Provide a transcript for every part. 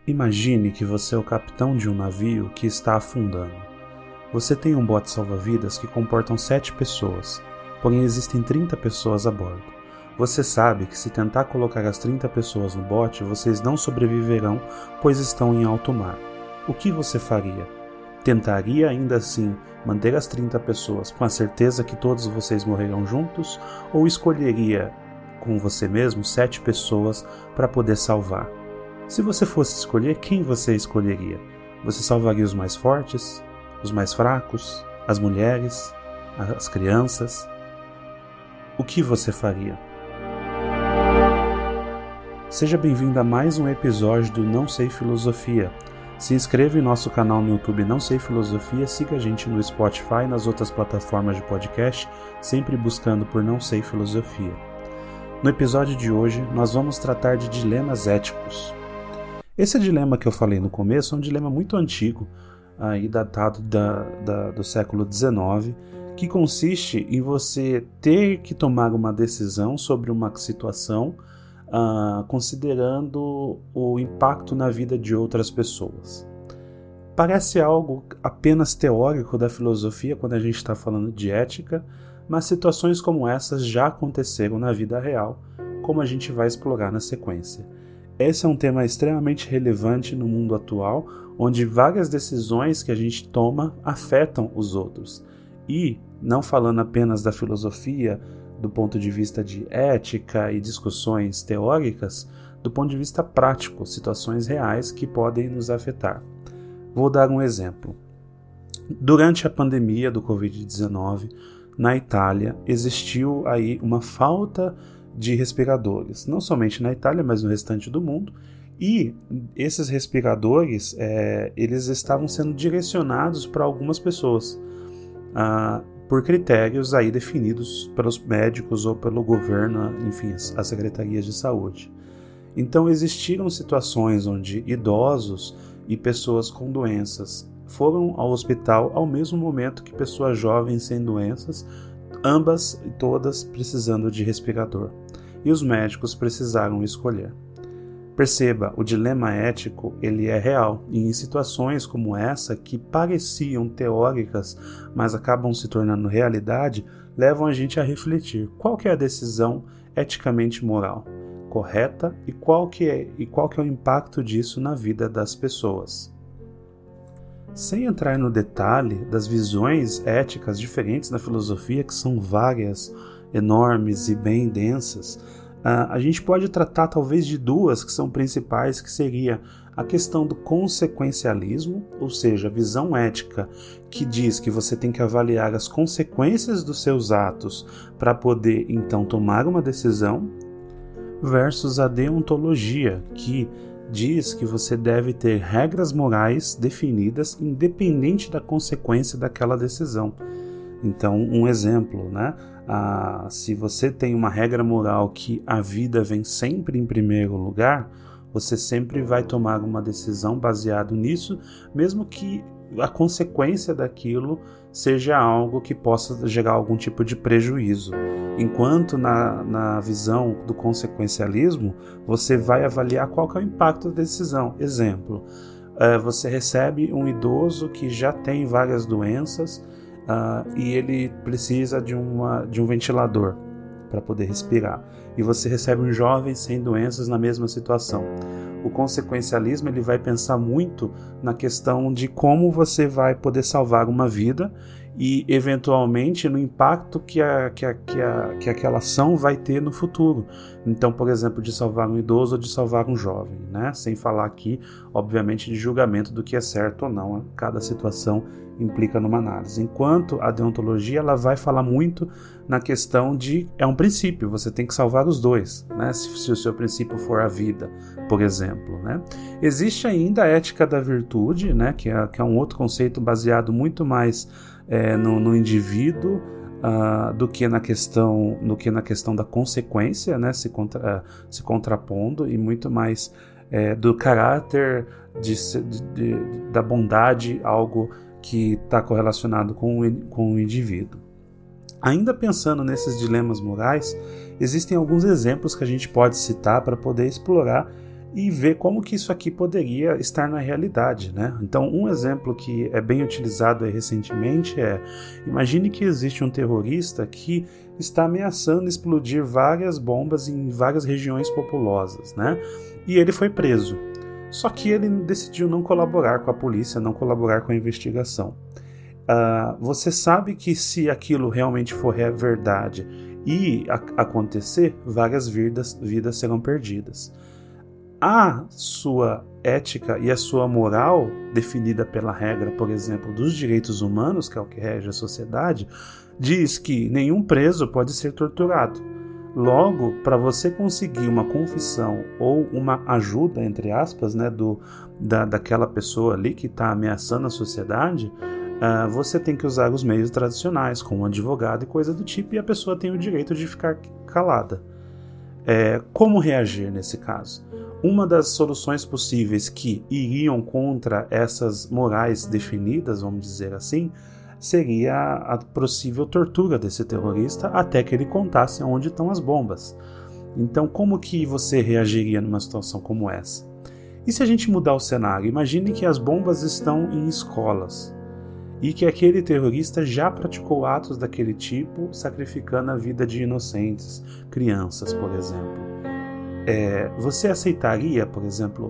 Imagine que você é o capitão de um navio que está afundando. Você tem um bote salva-vidas que comportam 7 pessoas, porém existem 30 pessoas a bordo. Você sabe que se tentar colocar as 30 pessoas no bote, vocês não sobreviverão, pois estão em alto mar. O que você faria? Tentaria ainda assim manter as 30 pessoas com a certeza que todos vocês morrerão juntos? Ou escolheria com você mesmo 7 pessoas para poder salvar? Se você fosse escolher, quem você escolheria? Você salvaria os mais fortes? Os mais fracos? As mulheres? As crianças? O que você faria? Seja bem-vindo a mais um episódio do Não Sei Filosofia. Se inscreva em nosso canal no YouTube Não Sei Filosofia, siga a gente no Spotify e nas outras plataformas de podcast, sempre buscando por Não Sei Filosofia. No episódio de hoje, nós vamos tratar de dilemas éticos. Esse dilema que eu falei no começo é um dilema muito antigo, aí datado do século XIX, que consiste em você ter que tomar uma decisão sobre uma situação considerando o impacto na vida de outras pessoas. Parece algo apenas teórico da filosofia quando a gente está falando de ética, mas situações como essas já aconteceram na vida real, como a gente vai explorar na sequência. Esse é um tema extremamente relevante no mundo atual, onde várias decisões que a gente toma afetam os outros. E, não falando apenas da filosofia, do ponto de vista de ética e discussões teóricas, do ponto de vista prático, situações reais que podem nos afetar. Vou dar um exemplo. Durante a pandemia do Covid-19, na Itália, existiu aí uma falta de respiradores, não somente na Itália, mas no restante do mundo, e esses respiradores, eles estavam sendo direcionados para algumas pessoas, por critérios aí definidos pelos médicos ou pelo governo, enfim, as secretarias de saúde. Então existiram situações onde idosos e pessoas com doenças foram ao hospital ao mesmo momento que pessoas jovens sem doenças, ambas e todas precisando de respirador. E os médicos precisaram escolher. Perceba, o dilema ético ele é real, e em situações como essa, que pareciam teóricas, mas acabam se tornando realidade, levam a gente a refletir qual que é a decisão eticamente moral, correta, e qual que é o impacto disso na vida das pessoas. Sem entrar no detalhe das visões éticas diferentes na filosofia, que são várias, enormes e bem densas, a gente pode tratar talvez de duas que são principais, que seria a questão do consequencialismo, ou seja, a visão ética que diz que você tem que avaliar as consequências dos seus atos para poder então tomar uma decisão, versus a deontologia, que diz que você deve ter regras morais definidas independente da consequência daquela decisão. Então, um exemplo, né? Se você tem uma regra moral que a vida vem sempre em primeiro lugar, você sempre vai tomar uma decisão baseado nisso, mesmo que a consequência daquilo seja algo que possa gerar algum tipo de prejuízo. Enquanto na visão do consequencialismo, você vai avaliar qual que é o impacto da decisão. Exemplo, você recebe um idoso que já tem várias doenças, e ele precisa de um ventilador para poder respirar. E você recebe um jovem sem doenças na mesma situação. O consequencialismo ele vai pensar muito na questão de como você vai poder salvar uma vida e, eventualmente, no impacto que aquela ação vai ter no futuro. Então, por exemplo, de salvar um idoso ou de salvar um jovem, né? Sem falar aqui, obviamente, de julgamento do que é certo ou não. Cada situação implica numa análise. Enquanto a deontologia ela vai falar muito na questão de é um princípio, você tem que salvar os dois, né? Se o seu princípio for a vida, por exemplo, né? Existe ainda a ética da virtude, né? Que é um outro conceito baseado muito mais no indivíduo do que na questão da consequência, né? Se contrapondo, e muito mais do caráter da bondade, algo que está correlacionado com o indivíduo. Ainda pensando nesses dilemas morais, existem alguns exemplos que a gente pode citar para poder explorar e ver como que isso aqui poderia estar na realidade, né? Então, um exemplo que é bem utilizado recentemente imagine que existe um terrorista que está ameaçando explodir várias bombas em várias regiões populosas, né? E ele foi preso. Só que ele decidiu não colaborar com a polícia, não colaborar com a investigação. Você sabe que se aquilo realmente for verdade e acontecer, várias vidas serão perdidas. A sua ética e a sua moral, definida pela regra, por exemplo, dos direitos humanos, que é o que rege a sociedade, diz que nenhum preso pode ser torturado. Logo, para você conseguir uma confissão ou uma ajuda, entre aspas, né, daquela pessoa ali que está ameaçando a sociedade, você tem que usar os meios tradicionais, como um advogado e coisa do tipo, e a pessoa tem o direito de ficar calada. Como reagir nesse caso? Uma das soluções possíveis que iriam contra essas morais definidas, vamos dizer assim, seria a possível tortura desse terrorista até que ele contasse onde estão as bombas. Então, como que você reagiria numa situação como essa? E se a gente mudar o cenário? Imagine que as bombas estão em escolas e que aquele terrorista já praticou atos daquele tipo, sacrificando a vida de inocentes, crianças, por exemplo. Você aceitaria, por exemplo,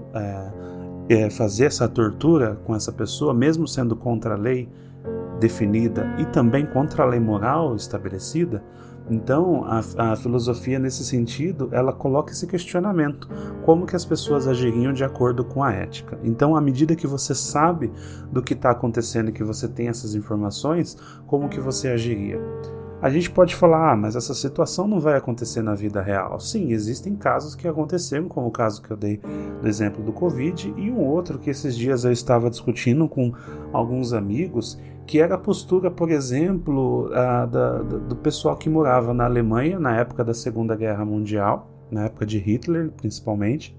fazer essa tortura com essa pessoa, mesmo sendo contra a lei definida e também contra a lei moral estabelecida? Então, a filosofia, nesse sentido, ela coloca esse questionamento: como que as pessoas agiriam de acordo com a ética? Então, à medida que você sabe do que está acontecendo e que você tem essas informações, como que você agiria? A gente pode falar, mas essa situação não vai acontecer na vida real. Sim, existem casos que aconteceram, como o caso que eu dei do exemplo do Covid, e um outro que esses dias eu estava discutindo com alguns amigos, que era a postura, por exemplo, do pessoal que morava na Alemanha na época da Segunda Guerra Mundial, na época de Hitler, principalmente.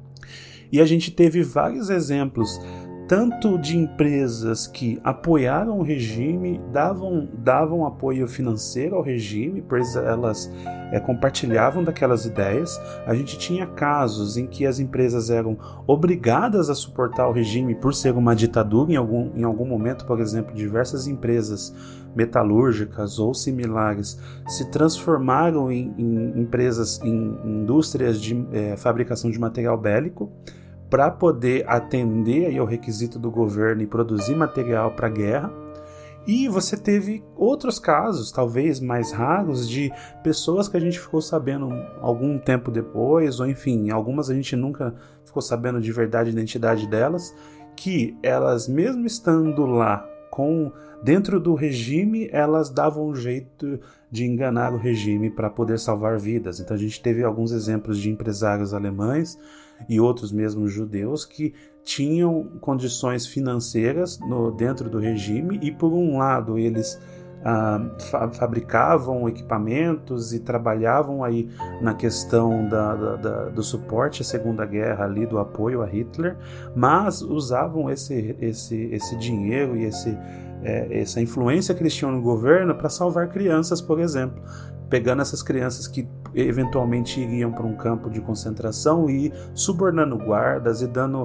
E a gente teve vários exemplos, tanto de empresas que apoiaram o regime, davam apoio financeiro ao regime, pois elas compartilhavam daquelas ideias. A gente tinha casos em que as empresas eram obrigadas a suportar o regime por ser uma ditadura. Em algum momento, por exemplo, diversas empresas metalúrgicas ou similares se transformaram em empresas, em indústrias de fabricação de material bélico, para poder atender aí ao requisito do governo e produzir material para a guerra. E você teve outros casos, talvez mais raros, de pessoas que a gente ficou sabendo algum tempo depois, ou enfim, algumas a gente nunca ficou sabendo de verdade a identidade delas, que elas, mesmo estando lá dentro do regime, elas davam um jeito de enganar o regime para poder salvar vidas. Então a gente teve alguns exemplos de empresários alemães e outros mesmo judeus que tinham condições financeiras dentro do regime e, por um lado, eles fabricavam equipamentos e trabalhavam aí na questão do suporte à Segunda Guerra, ali, do apoio a Hitler, mas usavam esse dinheiro e essa influência que eles tinham no governo para salvar crianças, por exemplo, pegando essas crianças que eventualmente iriam para um campo de concentração e subornando guardas e dando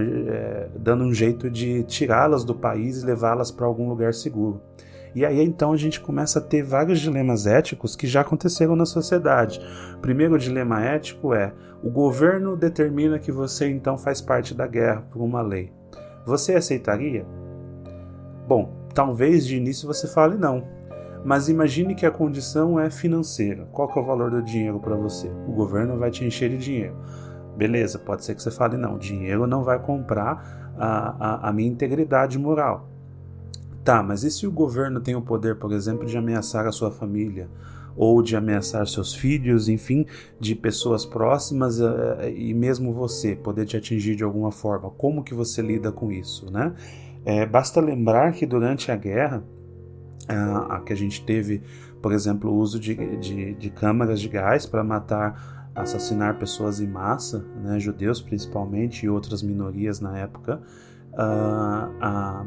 um jeito de tirá-las do país e levá-las para algum lugar seguro. E aí então a gente começa a ter vários dilemas éticos que já aconteceram na sociedade. O primeiro dilema ético o governo determina que você então faz parte da guerra por uma lei. Você aceitaria? Bom, talvez de início você fale não. Mas imagine que a condição é financeira. Qual que é o valor do dinheiro para você? O governo vai te encher de dinheiro. Beleza, pode ser que você fale não, dinheiro não vai comprar a minha integridade moral. Tá, mas e se o governo tem o poder, por exemplo, de ameaçar a sua família? Ou de ameaçar seus filhos, enfim, de pessoas próximas e mesmo você poder te atingir de alguma forma? Como que você lida com isso, né? Basta lembrar que durante a guerra, que a gente teve, por exemplo, o uso de câmaras de gás para assassinar pessoas em massa, né, judeus principalmente e outras minorias na época,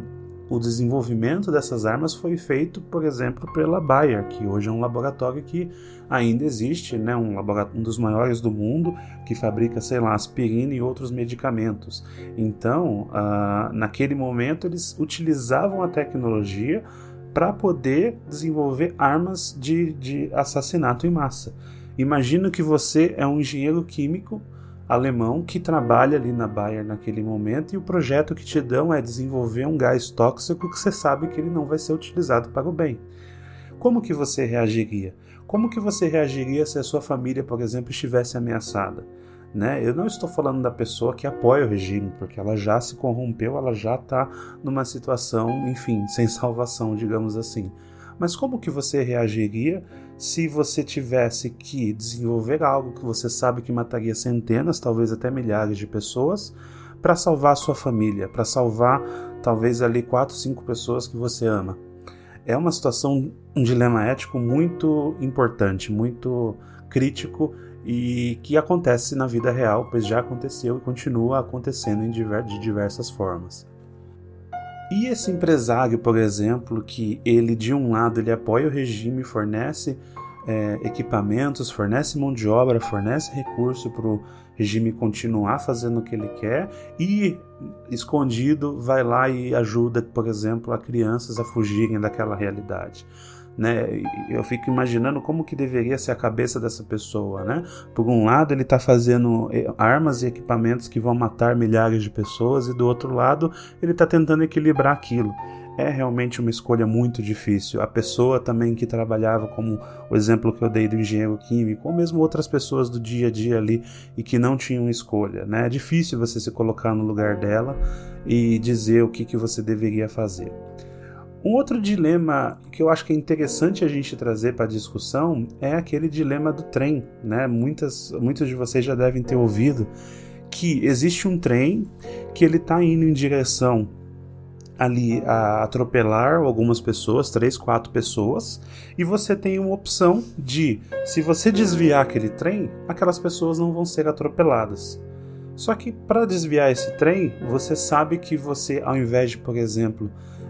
o desenvolvimento dessas armas foi feito, por exemplo, pela Bayer, que hoje é um laboratório que ainda existe, né, um dos maiores do mundo, que fabrica, sei lá, aspirina e outros medicamentos. Então, naquele momento, eles utilizavam a tecnologia para poder desenvolver armas de assassinato em massa. Imagina que você é um engenheiro químico alemão que trabalha ali na Bayer naquele momento e o projeto que te dão é desenvolver um gás tóxico que você sabe que ele não vai ser utilizado para o bem. Como que você reagiria? Como que você reagiria se a sua família, por exemplo, estivesse ameaçada? Né? Eu não estou falando da pessoa que apoia o regime, porque ela já se corrompeu, ela já está numa situação, enfim, sem salvação, digamos assim. Mas como que você reagiria se você tivesse que desenvolver algo que você sabe que mataria centenas, talvez até milhares de pessoas, para salvar a sua família, para salvar talvez ali 4, 5 pessoas que você ama? É uma situação, um dilema ético muito importante, muito crítico e que acontece na vida real, pois já aconteceu e continua acontecendo de diversas formas. E esse empresário, por exemplo, que ele de um lado ele apoia o regime, fornece equipamentos, fornece mão de obra, fornece recurso para o regime continuar fazendo o que ele quer e, escondido, vai lá e ajuda, por exemplo, a crianças a fugirem daquela realidade. Né? Eu fico imaginando como que deveria ser a cabeça dessa pessoa, né? Por um lado ele está fazendo armas e equipamentos que vão matar milhares de pessoas e do outro lado ele está tentando equilibrar aquilo. É realmente uma escolha muito difícil. A pessoa também que trabalhava, como o exemplo que eu dei do engenheiro químico, ou mesmo outras pessoas do dia a dia ali e que não tinham escolha, né? É difícil você se colocar no lugar dela e dizer o que você deveria fazer. Um outro dilema que eu acho que é interessante a gente trazer para a discussão é aquele dilema do trem, né? Muitos de vocês já devem ter ouvido que existe um trem que ele está indo em direção ali a atropelar algumas pessoas, 3, 4 pessoas, e você tem uma opção de, se você desviar aquele trem, aquelas pessoas não vão ser atropeladas. Só que para desviar esse trem, você sabe que você, ao invés de, por exemplo,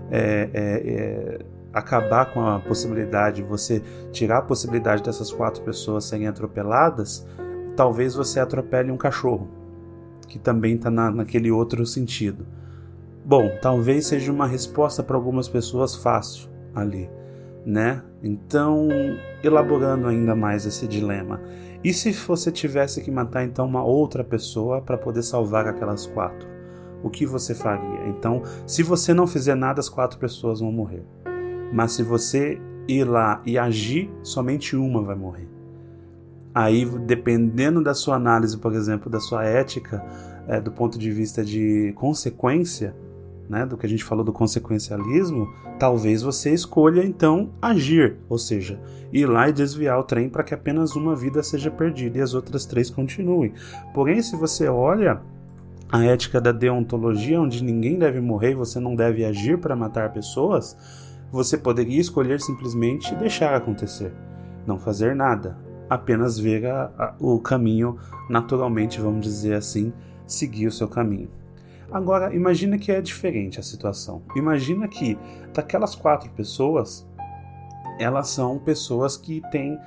acabar com a possibilidade, você tirar a possibilidade dessas 4 pessoas serem atropeladas, talvez você atropele um cachorro, que também está naquele outro sentido. Bom, talvez seja uma resposta para algumas pessoas fácil ali, né? Então, elaborando ainda mais esse dilema. E se você tivesse que matar então uma outra pessoa para poder salvar aquelas 4? O que você faria? Então, se você não fizer nada, as 4 pessoas vão morrer. Mas se você ir lá e agir, somente uma vai morrer. Aí, dependendo da sua análise, por exemplo, da sua ética, do ponto de vista de consequência, né, do que a gente falou do consequencialismo, talvez você escolha então agir, ou seja, ir lá e desviar o trem para que apenas uma vida seja perdida e as outras 3 continuem. Porém, se você olha a ética da deontologia, onde ninguém deve morrer e você não deve agir para matar pessoas, você poderia escolher simplesmente deixar acontecer, não fazer nada, apenas ver o caminho naturalmente, vamos dizer assim, seguir o seu caminho. Agora, imagina que é diferente a situação. Imagina que daquelas 4 pessoas, elas são pessoas que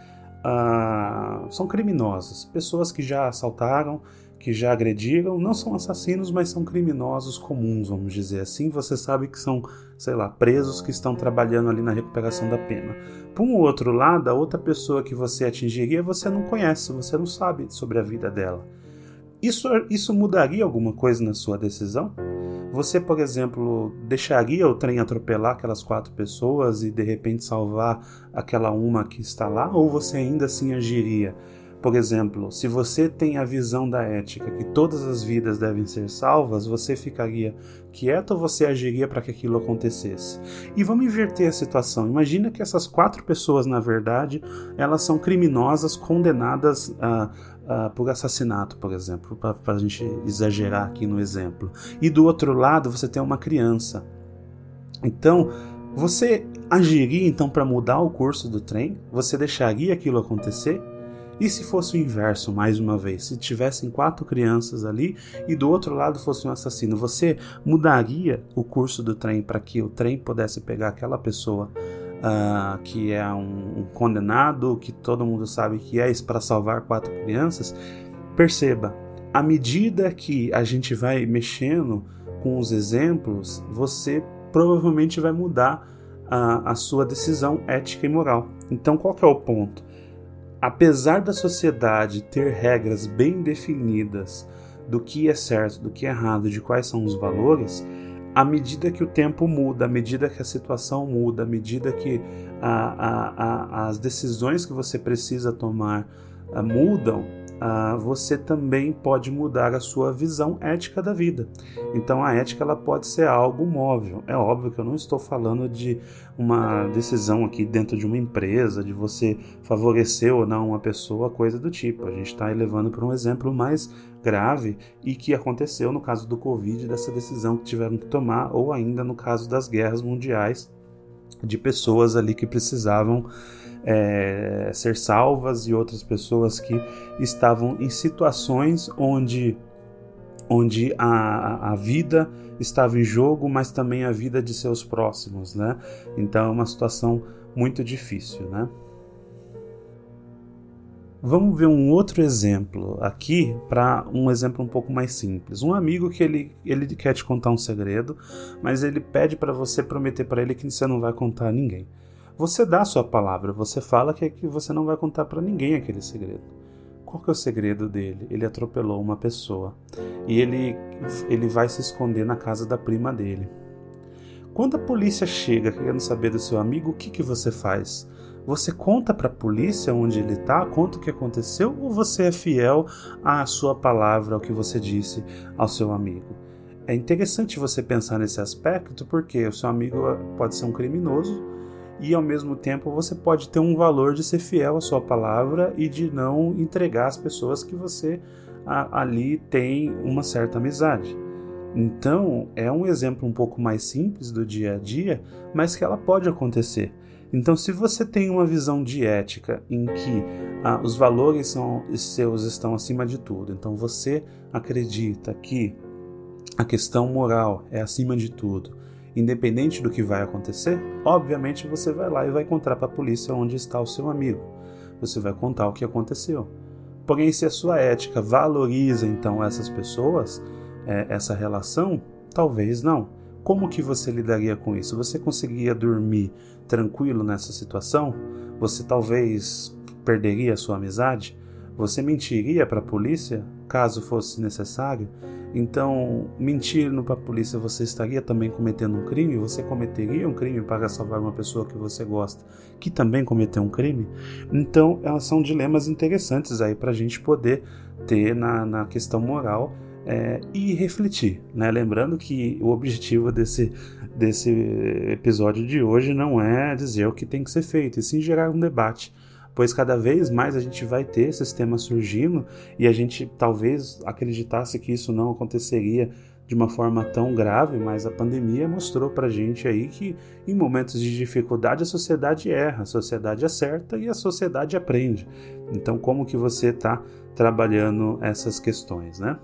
são criminosas, pessoas que já assaltaram, que já agrediram, não são assassinos, mas são criminosos comuns, vamos dizer assim. Você sabe que são, sei lá, presos que estão trabalhando ali na recuperação da pena. Por um outro lado, a outra pessoa que você atingiria, você não conhece, você não sabe sobre a vida dela. Isso mudaria alguma coisa na sua decisão? Você, por exemplo, deixaria o trem atropelar aquelas 4 pessoas e de repente salvar aquela uma que está lá? Ou você ainda assim agiria? Por exemplo, se você tem a visão da ética que todas as vidas devem ser salvas, você ficaria quieto ou você agiria para que aquilo acontecesse? E vamos inverter a situação. Imagina que essas 4 pessoas, na verdade, elas são criminosas condenadas por assassinato, por exemplo, para a gente exagerar aqui no exemplo. E do outro lado você tem uma criança. Então, você agiria então para mudar o curso do trem? Você deixaria aquilo acontecer? E se fosse o inverso, mais uma vez? Se tivessem 4 crianças ali e do outro lado fosse um assassino, você mudaria o curso do trem para que o trem pudesse pegar aquela pessoa que é um condenado, que todo mundo sabe que é para salvar 4 crianças? Perceba, à medida que a gente vai mexendo com os exemplos, você provavelmente vai mudar a sua decisão ética e moral. Então, qual que é o ponto? Apesar da sociedade ter regras bem definidas do que é certo, do que é errado, de quais são os valores, à medida que o tempo muda, à medida que a situação muda, à medida que as decisões que você precisa tomar mudam, você também pode mudar a sua visão ética da vida. Então a ética ela pode ser algo móvel. É óbvio que eu não estou falando de uma decisão aqui dentro de uma empresa, de você favorecer ou não uma pessoa, coisa do tipo. A gente está levando para um exemplo mais grave e que aconteceu no caso do Covid, dessa decisão que tiveram que tomar, ou ainda no caso das guerras mundiais, de pessoas ali que precisavam ser salvas e outras pessoas que estavam em situações onde a vida estava em jogo, mas também a vida de seus próximos, né? Então é uma situação muito difícil, né? Vamos ver um outro exemplo aqui, para um exemplo um pouco mais simples. Um amigo que ele quer te contar um segredo, mas ele pede para você prometer para ele que você não vai contar a ninguém. Você dá a sua palavra, você fala que você não vai contar para ninguém aquele segredo. Qual que é o segredo dele? Ele atropelou uma pessoa e ele vai se esconder na casa da prima dele. Quando a polícia chega querendo saber do seu amigo, o que você faz? Você conta para a polícia onde ele está, conta o que aconteceu, ou você é fiel à sua palavra, ao que você disse ao seu amigo? É interessante você pensar nesse aspecto, porque o seu amigo pode ser um criminoso e ao mesmo tempo você pode ter um valor de ser fiel à sua palavra e de não entregar as pessoas que você ali tem uma certa amizade. Então é um exemplo um pouco mais simples do dia a dia, mas que ela pode acontecer. Então, se você tem uma visão de ética em que os valores seus estão acima de tudo, então você acredita que a questão moral é acima de tudo, independente do que vai acontecer, obviamente você vai lá e vai contar para a polícia onde está o seu amigo. Você vai contar o que aconteceu. Porém, se a sua ética valoriza então essas pessoas, essa relação, talvez não. Como que você lidaria com isso? Você conseguiria dormir tranquilo nessa situação? Você talvez perderia a sua amizade? Você mentiria para a polícia, caso fosse necessário? Então, mentindo para a polícia, você estaria também cometendo um crime? Você cometeria um crime para salvar uma pessoa que você gosta, que também cometeu um crime? Então, são dilemas interessantes aí para a gente poder ter na questão moral e refletir, né? Lembrando que o objetivo desse episódio de hoje não é dizer o que tem que ser feito, e sim gerar um debate, pois cada vez mais a gente vai ter esses temas surgindo e a gente talvez acreditasse que isso não aconteceria de uma forma tão grave, mas a pandemia mostrou pra gente aí que em momentos de dificuldade a sociedade erra, a sociedade acerta e a sociedade aprende. Então como que você está trabalhando essas questões, né?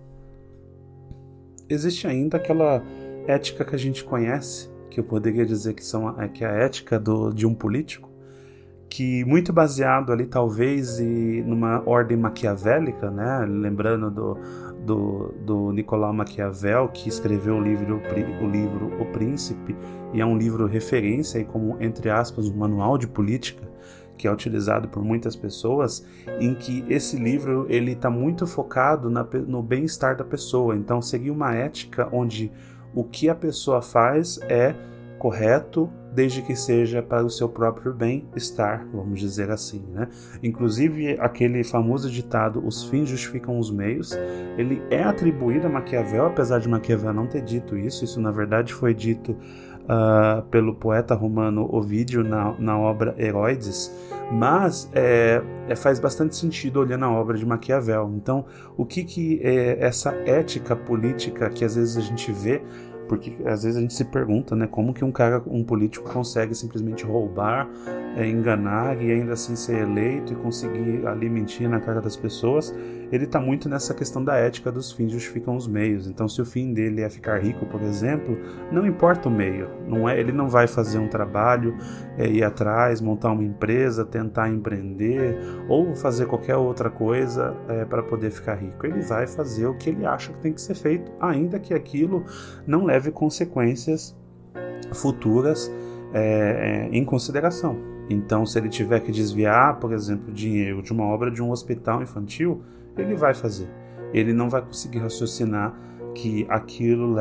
Existe ainda aquela ética que a gente conhece, que eu poderia dizer que é a ética de um político, que muito baseado ali talvez numa ordem maquiavélica, né? Lembrando do Nicolau Maquiavel, que escreveu o livro O Príncipe, e é um livro referência e como, entre aspas, um manual de política, que é utilizado por muitas pessoas, em que esse livro ele está muito focado no bem-estar da pessoa. Então seria uma ética onde o que a pessoa faz é correto, desde que seja para o seu próprio bem-estar, vamos dizer assim, né? Inclusive aquele famoso ditado, os fins justificam os meios, ele é atribuído a Maquiavel, apesar de Maquiavel não ter dito isso na verdade foi dito pelo poeta romano Ovídio na obra Heroides, mas faz bastante sentido olhando a obra de Maquiavel. Então, o que essa ética política que às vezes a gente vê Porque às vezes a gente se pergunta, né, como que um político consegue simplesmente roubar, enganar e ainda assim ser eleito e conseguir ali mentir na cara das pessoas. Ele está muito nessa questão da ética dos fins justificam os meios. Então, se o fim dele é ficar rico, por exemplo, não importa o meio. Ele não vai fazer um trabalho, ir atrás, montar uma empresa, tentar empreender ou fazer qualquer outra coisa para poder ficar rico. Ele vai fazer o que ele acha que tem que ser feito, ainda que aquilo não leve consequências futuras em consideração. Então, se ele tiver que desviar, por exemplo, dinheiro de uma obra de um hospital infantil, ele vai fazer. Ele não vai conseguir raciocinar que aquilo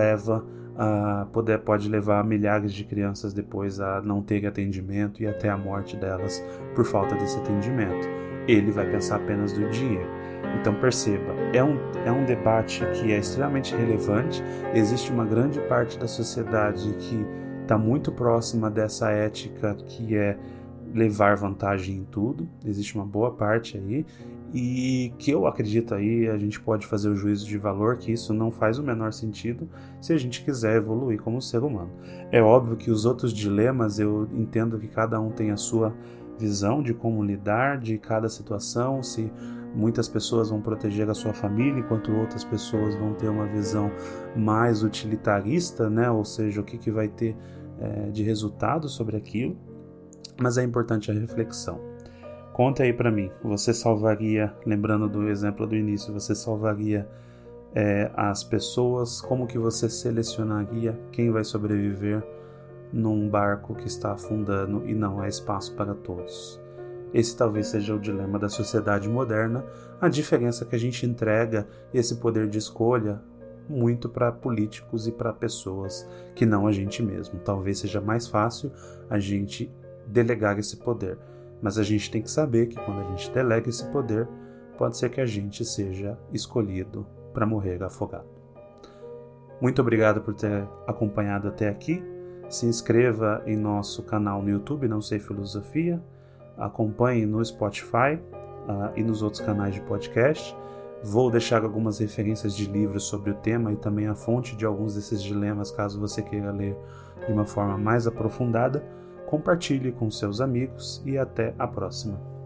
pode levar milhares de crianças depois a não ter atendimento e até a morte delas por falta desse atendimento. Ele vai pensar apenas do dinheiro. Então perceba, é um debate que é extremamente relevante. Existe uma grande parte da sociedade que está muito próxima dessa ética que é levar vantagem em tudo. Existe uma boa parte aí, e que eu acredito aí, a gente pode fazer o juízo de valor que isso não faz o menor sentido se a gente quiser evoluir como ser humano. É óbvio que os outros dilemas, eu entendo que cada um tem a sua visão de como lidar de cada situação, se muitas pessoas vão proteger a sua família, enquanto outras pessoas vão ter uma visão mais utilitarista, né? Ou seja, o que vai ter de resultado sobre aquilo. Mas é importante a reflexão. Conta aí para mim, você salvaria, lembrando do exemplo do início, você salvaria as pessoas? Como que você selecionaria quem vai sobreviver num barco que está afundando e não há espaço para todos? Esse talvez seja o dilema da sociedade moderna, a diferença que a gente entrega esse poder de escolha muito para políticos e para pessoas que não a gente mesmo. Talvez seja mais fácil a gente delegar esse poder, mas a gente tem que saber que quando a gente delega esse poder, pode ser que a gente seja escolhido para morrer afogado. Muito obrigado por ter acompanhado até aqui. Se inscreva em nosso canal no YouTube, Não Sei Filosofia. Acompanhe no Spotify e nos outros canais de podcast. Vou deixar algumas referências de livros sobre o tema e também a fonte de alguns desses dilemas, caso você queira ler de uma forma mais aprofundada. Compartilhe com seus amigos e até a próxima.